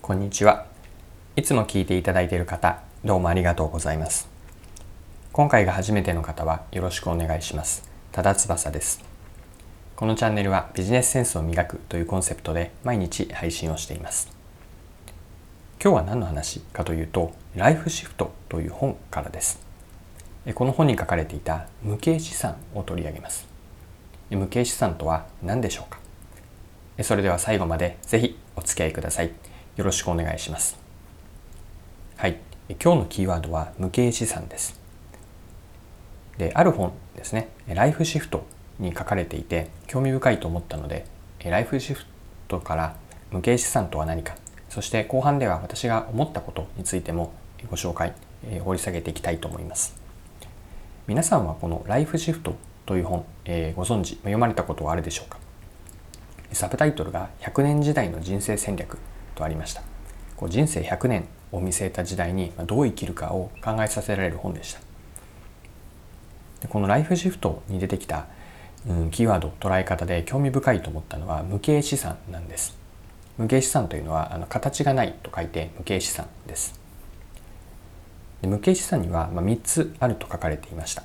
こんにちは。いつも聞いていただいている方、どうもありがとうございます。今回が初めての方はよろしくお願いします。多田翼です。このチャンネルはビジネスセンスを磨くというコンセプトで毎日配信をしています。今日は何の話かというと、ライフシフトという本からです。この本に書かれていた無形資産を取り上げます。無形資産とは何でしょうか。それでは最後までぜひお付き合いください。よろしくお願いします。はい、今日のキーワードは無形資産です。で、ある本ですね、ライフシフトに書かれていて興味深いと思ったので、ライフシフトから無形資産とは何か、そして後半では私が思ったことについてもご紹介、掘り下げていきたいと思います。皆さんはこのライフシフトという本、ご存知、読まれたことはあるでしょうか。サブタイトルが100年時代の人生戦略とありました。人生100年を見据えた時代にどう生きるかを考えさせられる本でした。でこのライフシフトに出てきた、キーワード、捉え方で興味深いと思ったのは無形資産なんです。無形資産というのは形がないと書いて無形資産です。で無形資産には3つあると書かれていました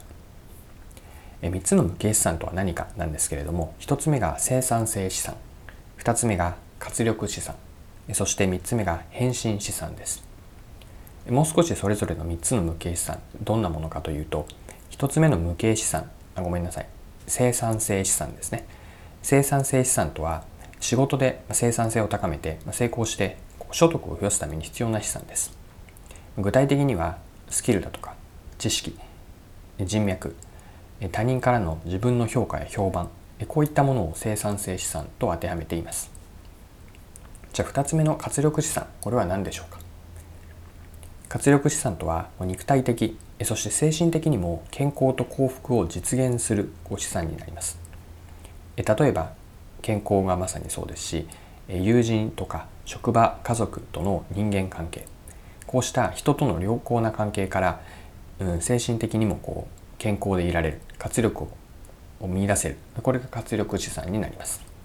。3つの無形資産とは何かなんですけれども、1つ目が生産性資産、2つ目が活力資産、そして3つ目が変身資産です。もう少しそれぞれの3つの無形資産、どんなものかというと、1つ目の無形資産、生産性資産ですね。生産性資産とは、仕事で生産性を高めて成功して所得を増やすために必要な資産です。具体的にはスキルだとか知識、人脈、他人からの自分の評価や評判、こういったものを生産性資産と当てはめています。じゃあ2つ目の活力資産、これは何でしょうか。活力資産とは肉体的、そして精神的にも健康と幸福を実現する資産になります。例えば健康がまさにそうですし、友人とか職場、家族との人間関係、こうした人との良好な関係から、精神的にも健康でいられる、活力を見出せる、これが活力資産になります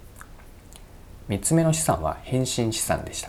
。3つ目の資産は変身資産でした。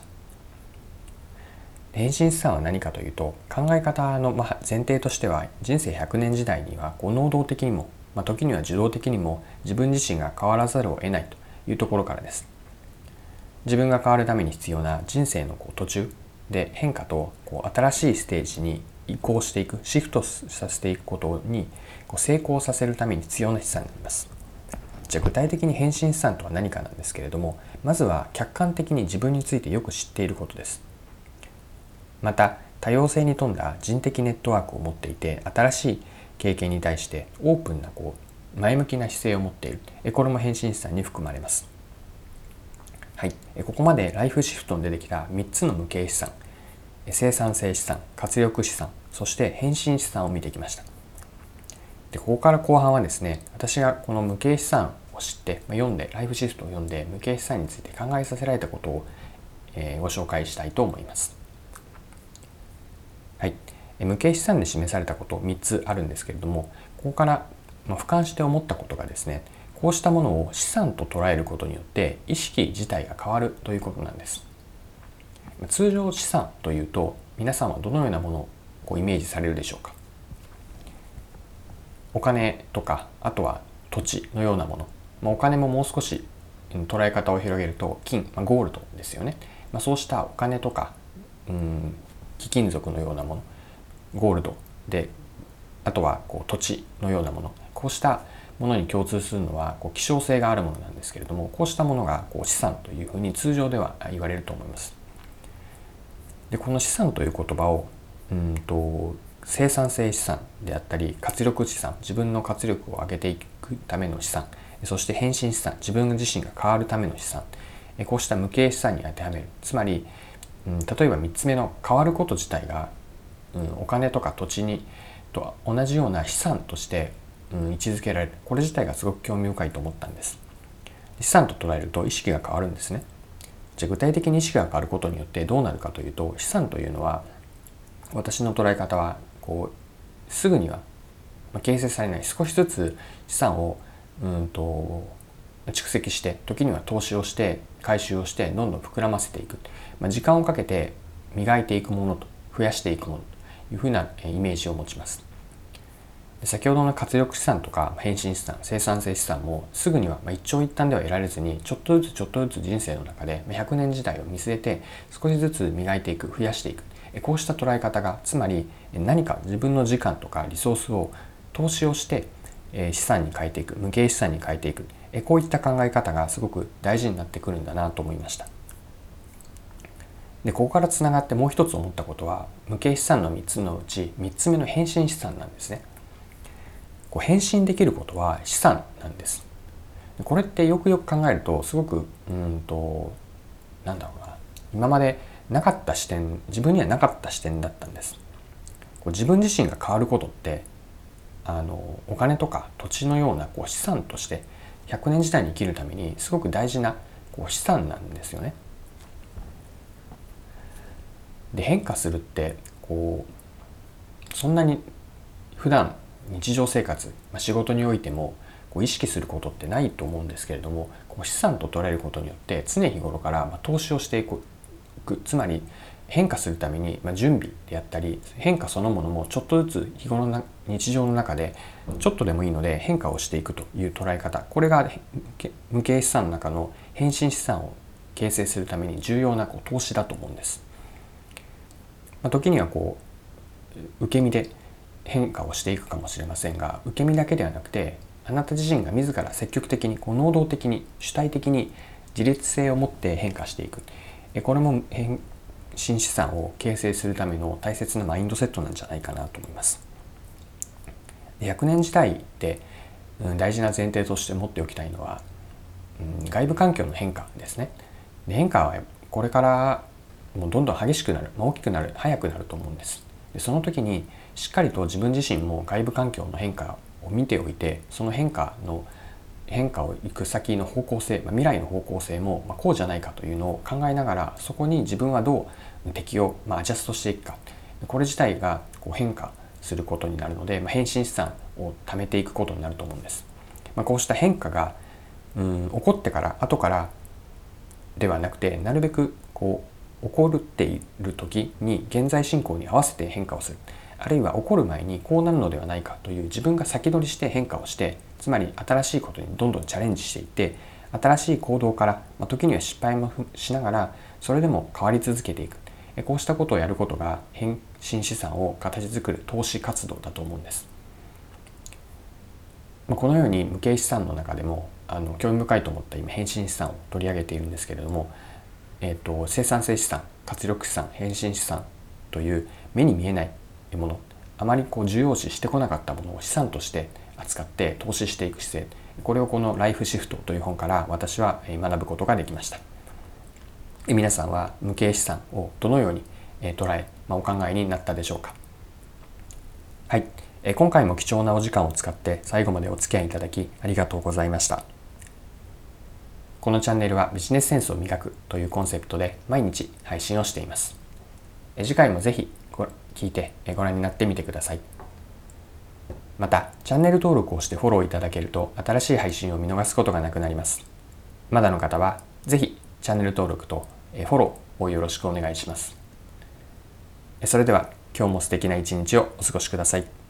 変身資産は何かというと、考え方の前提としては、人生100年時代には能動的にも、時には受動的にも自分自身が変わらざるを得ないというところからです。自分が変わるために必要な人生の途中で変化と新しいステージに移行していく、シフトさせていくことに成功させるために必要な資産になります。じゃあ具体的に変身資産とは何かなんですけれども、まずは客観的に自分についてよく知っていることです。また多様性に富んだ人的ネットワークを持っていて、新しい経験に対してオープンな前向きな姿勢を持っている、これも変身資産に含まれます。はい、ここまでライフシフトに出てきた3つの無形資産、生産性資産、活力資産、そして変身資産を見てきました。でここから後半はですね、私がこの無形資産を知って読んで、ライフシフトを読んで無形資産について考えさせられたことを、ご紹介したいと思います。はい、無形資産で示されたこと3つあるんですけれども、ここから俯瞰して思ったことがですね、こうしたものを資産と捉えることによって意識自体が変わるということなんです。通常資産というと、皆さんはどのようなものをイメージされるでしょうか。お金とか、あとは土地のようなもの、お金ももう少し捉え方を広げると金、ゴールドですよね。そうしたお金とか貴金属のようなもの、ゴールドで、あとは土地のようなもの、こうしたものに共通するのは希少性があるものなんですけれども、こうしたものが資産というふうに通常では言われると思います。でこの資産という言葉を生産性資産であったり、活力資産、自分の活力を上げていくための資産、そして変身資産、自分自身が変わるための資産、こうした無形資産に当てはめる。つまり例えば3つ目の変わること自体が、お金とか土地にと同じような資産として、位置づけられる。これ自体がすごく興味深いと思ったんです。資産と捉えると意識が変わるんですね。じゃあ具体的に意識が変わることによってどうなるかというと、資産というのは、私の捉え方はすぐには形成されない、少しずつ資産を蓄積して、時には投資をして回収をしてどんどん膨らませていく、時間をかけて磨いていくものと増やしていくものというふうなイメージを持ちます。先ほどの活力資産とか変身資産、生産性資産もすぐには一長一短では得られずに、ちょっとずつ人生の中で100年時代を見据えて少しずつ磨いていく、増やしていく、こうした捉え方が、つまり何か自分の時間とかリソースを投資をして資産に変えていく、無形資産に変えていく、こういった考え方がすごく大事になってくるんだなと思いました。でここからつながってもう一つ思ったことは、無形資産の3つのうち3つ目の変身資産なんですね。変身できることは資産なんです。これってよくよく考えるとすごく今までなかった視点、自分にはなかった視点だったんです。自分自身が変わることってお金とか土地のような資産として100年時代に生きるためにすごく大事な資産なんですよね。で変化するってそんなに普段日常生活、仕事においても意識することってないと思うんですけれども、資産と捉えることによって常日頃から投資をしていく、つまり変化するために準備であったり、変化そのものもちょっとずつ日頃の日常の中でちょっとでもいいので変化をしていくという捉え方、これが無形資産の中の変身資産を形成するために重要な投資だと思うんです。時には受け身で変化をしていくかもしれませんが、受け身だけではなくて、あなた自身が自ら積極的に能動的に主体的に自律性を持って変化していく、これも変身資産を形成するための大切なマインドセットなんじゃないかなと思います。100年時代で大事な前提として持っておきたいのは、外部環境の変化ですね。変化はこれからもうどんどん激しくなる、大きくなる、早くなると思うんです。その時にしっかりと自分自身も外部環境の変化を見ておいて、その変化を行く先の方向性、未来の方向性もこうじゃないかというのを考えながら、そこに自分はどう適応、アジャストしていくか、これ自体が変化することになるので、変身資産を貯めていくことになると思うんです。こうした変化が起こってから後からではなくて、なるべく起こっている時に現在進行に合わせて変化をする、あるいは起こる前にこうなるのではないかという自分が先取りして変化をして、つまり新しいことにどんどんチャレンジしていって、新しい行動から、時には失敗もしながらそれでも変わり続けていく、こうしたことをやることが変身資産を形作る投資活動だと思うんです。このように無形資産の中でも興味深いと思った今変身資産を取り上げているんですけれども、生産性資産、活力資産、変身資産という目に見えないもの、あまり重要視してこなかったものを資産として扱って投資していく姿勢、これをこのライフシフトという本から私は学ぶことができました。皆さんは無形資産をどのように捉え、お考えになったでしょうか。はい、今回も貴重なお時間を使って最後までお付き合いいただきありがとうございました。このチャンネルはビジネスセンスを磨くというコンセプトで毎日配信をしています。次回もぜひ聞いてご覧になってみてください。また、チャンネル登録をしてフォローいただけると新しい配信を見逃すことがなくなります。まだの方はぜひチャンネル登録とフォローをよろしくお願いします。それでは今日も素敵な一日をお過ごしください。